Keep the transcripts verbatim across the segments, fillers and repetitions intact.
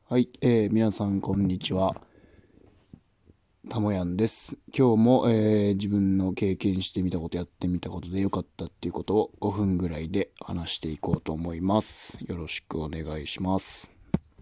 はい、えー皆さんこんにちは。たもやんです。今日も、えー自分の経験してみたこと、やってみたことで良かったっていうことをごふんぐらいで話していこうと思います。よろしくお願いします。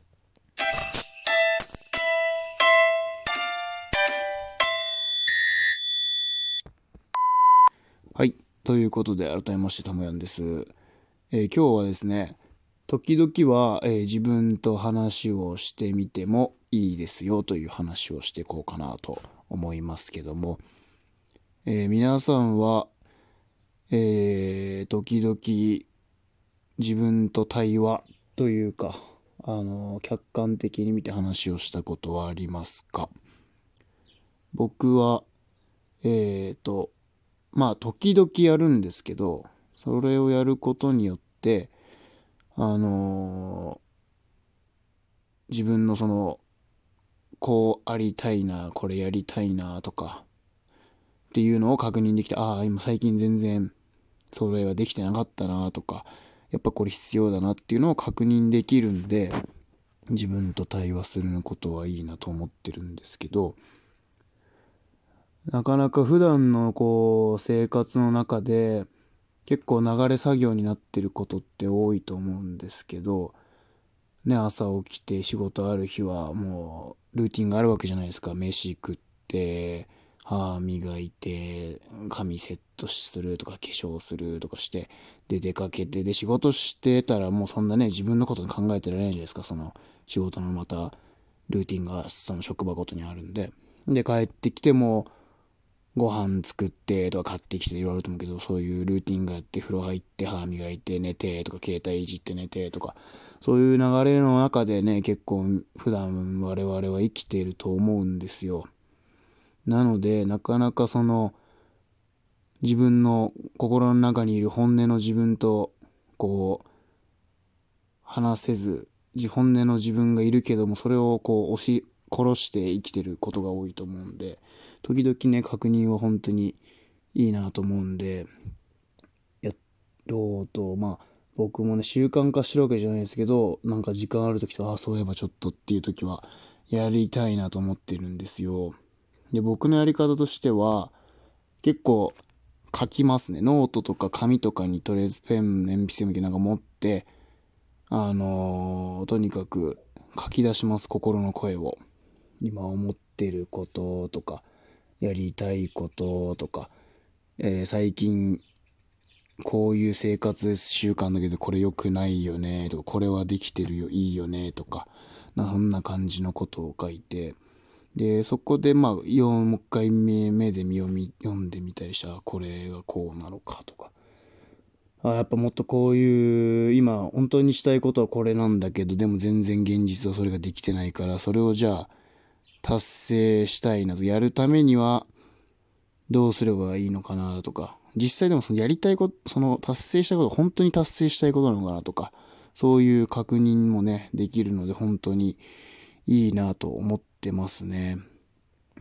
はい、ということで改めましてたもやんです。えー今日はですね、時々は、えー自分と話をしてみてもいいですよという話をしていこうかなと思いますけども、えー皆さんは、えー時々自分と対話というか、あの、客観的に見て話をしたことはありますか？僕は、えーと、まあ、時々やるんですけど、それをやることによって、あの自分のその、こうありたいな、これやりたいな、とか、っていうのを確認できて、ああ、今最近全然、それができてなかったな、とか、やっぱこれ必要だなっていうのを確認できるんで、自分と対話することはいいなと思ってるんですけど、なかなか普段のこう生活の中で結構流れ作業になってることって多いと思うんですけど、ね、朝起きて仕事ある日はもうルーティンがあるわけじゃないですか。飯食って歯磨いて髪セットするとか化粧するとかして、で出かけて、で仕事してたらもうそんなね、自分のこと考えてられないじゃないですか。その仕事のまたルーティンがその職場ごとにあるんで、で帰ってきてもご飯作ってとか買ってきていろいろあると思うけど、そういうルーティンがあって、風呂入って歯磨いて寝てとか、携帯いじって寝てとか、そういう流れの中でね、結構普段我々は生きていると思うんですよ。なので、なかなかその自分の心の中にいる本音の自分とこう話せず、本音の自分がいるけども、それをこう押し殺して生きてることが多いと思うんで、時々ね、確認は本当にいいなと思うんで、やろうと、まあ、僕もね、習慣化してるわけじゃないですけど、なんか時間ある時と、あ、そういえばちょっとっていう時は、やりたいなと思ってるんですよ。で、僕のやり方としては、結構書きますね。ノートとか紙とかにとりあえずペン、鉛筆みなんか持って、あのーとにかく書き出します、心の声を。今思ってることとか、やりたいこととか、えー最近こういう生活習慣だけどこれ良くないよねとか、これはできてるよ、いいよねとか、なそんな感じのことを書いて、でそこでまあよもう一回目目で見読み読んでみたりしたら、これがこうなのかとか、あやっぱもっとこういう今本当にしたいことはこれなんだけど、でも全然現実はそれができてないから、それをじゃあ達成したいなと、やるためにはどうすればいいのかなとか、実際でもそのやりたいこと、その達成したこと、本当に達成したいことなのかなとか、そういう確認もね、できるので、本当にいいなと思ってますね。うん。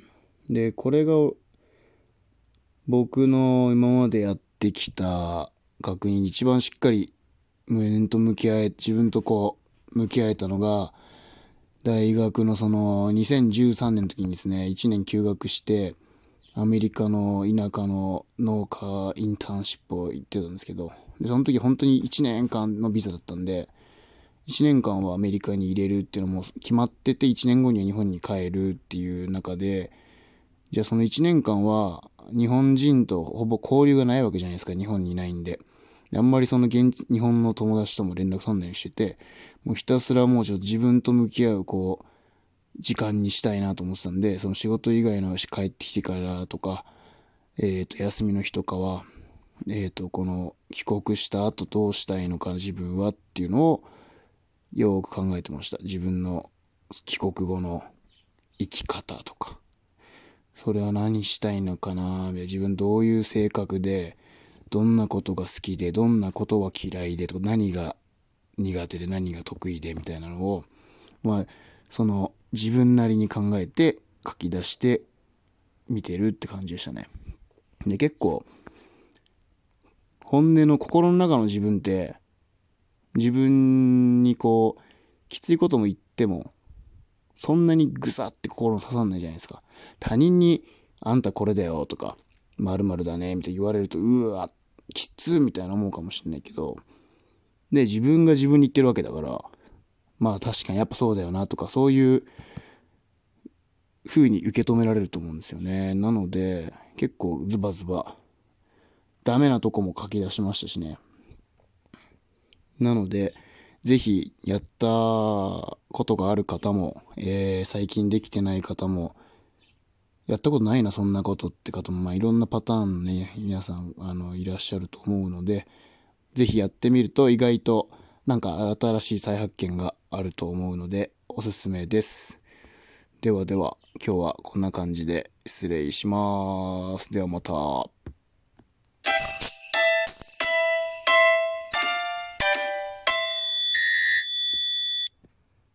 で、これが僕の今までやってきた確認に一番しっかり面と向き合え、自分とこう、向き合えたのが、大学のそのにせんじゅうさんねんの時にですね、いちねん休学して、アメリカの田舎の農家インターンシップを行ってたんですけど、でその時本当にいちねんかんのビザだったんで、いちねんかんはアメリカに入れるっていうのも決まってて、いちねんごには日本に帰るっていう中で、じゃあそのいちねんかんは日本人とほぼ交流がないわけじゃないですか、日本にいないんで。であんまりその現地、日本の友達とも連絡取んないようにしてて、もうひたすらもうちょっと自分と向き合う、こう、時間にしたいなと思ってたんで、その仕事以外の帰ってきてからとか、えっと、休みの日とかは、えっと、この帰国した後どうしたいのか自分はっていうのをよく考えてました。自分の帰国後の生き方とか。それは何したいのかな、自分どういう性格で、どんなことが好きで、どんなことは嫌いでとか、何が苦手で何が得意でみたいなのを、まあ、その自分なりに考えて書き出して見てるって感じでしたね。で、結構、本音の心の中の自分って、自分にこう、きついことも言っっても、そんなにぐさって心に刺さんないじゃないですか。他人に、あんたこれだよとか、〇〇だね、みたいに言われると、うわ、きつみたいな思うかもしれないけど、で、自分が自分に言ってるわけだから、まあ確かにやっぱそうだよなとか、そういう風に受け止められると思うんですよね。なので、結構ズバズバ、ダメなとこも書き出しましたしね。なので、ぜひやったことがある方も、えー最近できてない方も、やったことないな、そんなことって方も、まあ、いろんなパターンね、皆さん、あの、いらっしゃると思うので、ぜひやってみると意外と、なんか新しい再発見があると思うので、おすすめです。ではでは、今日はこんな感じで失礼します。ではまた。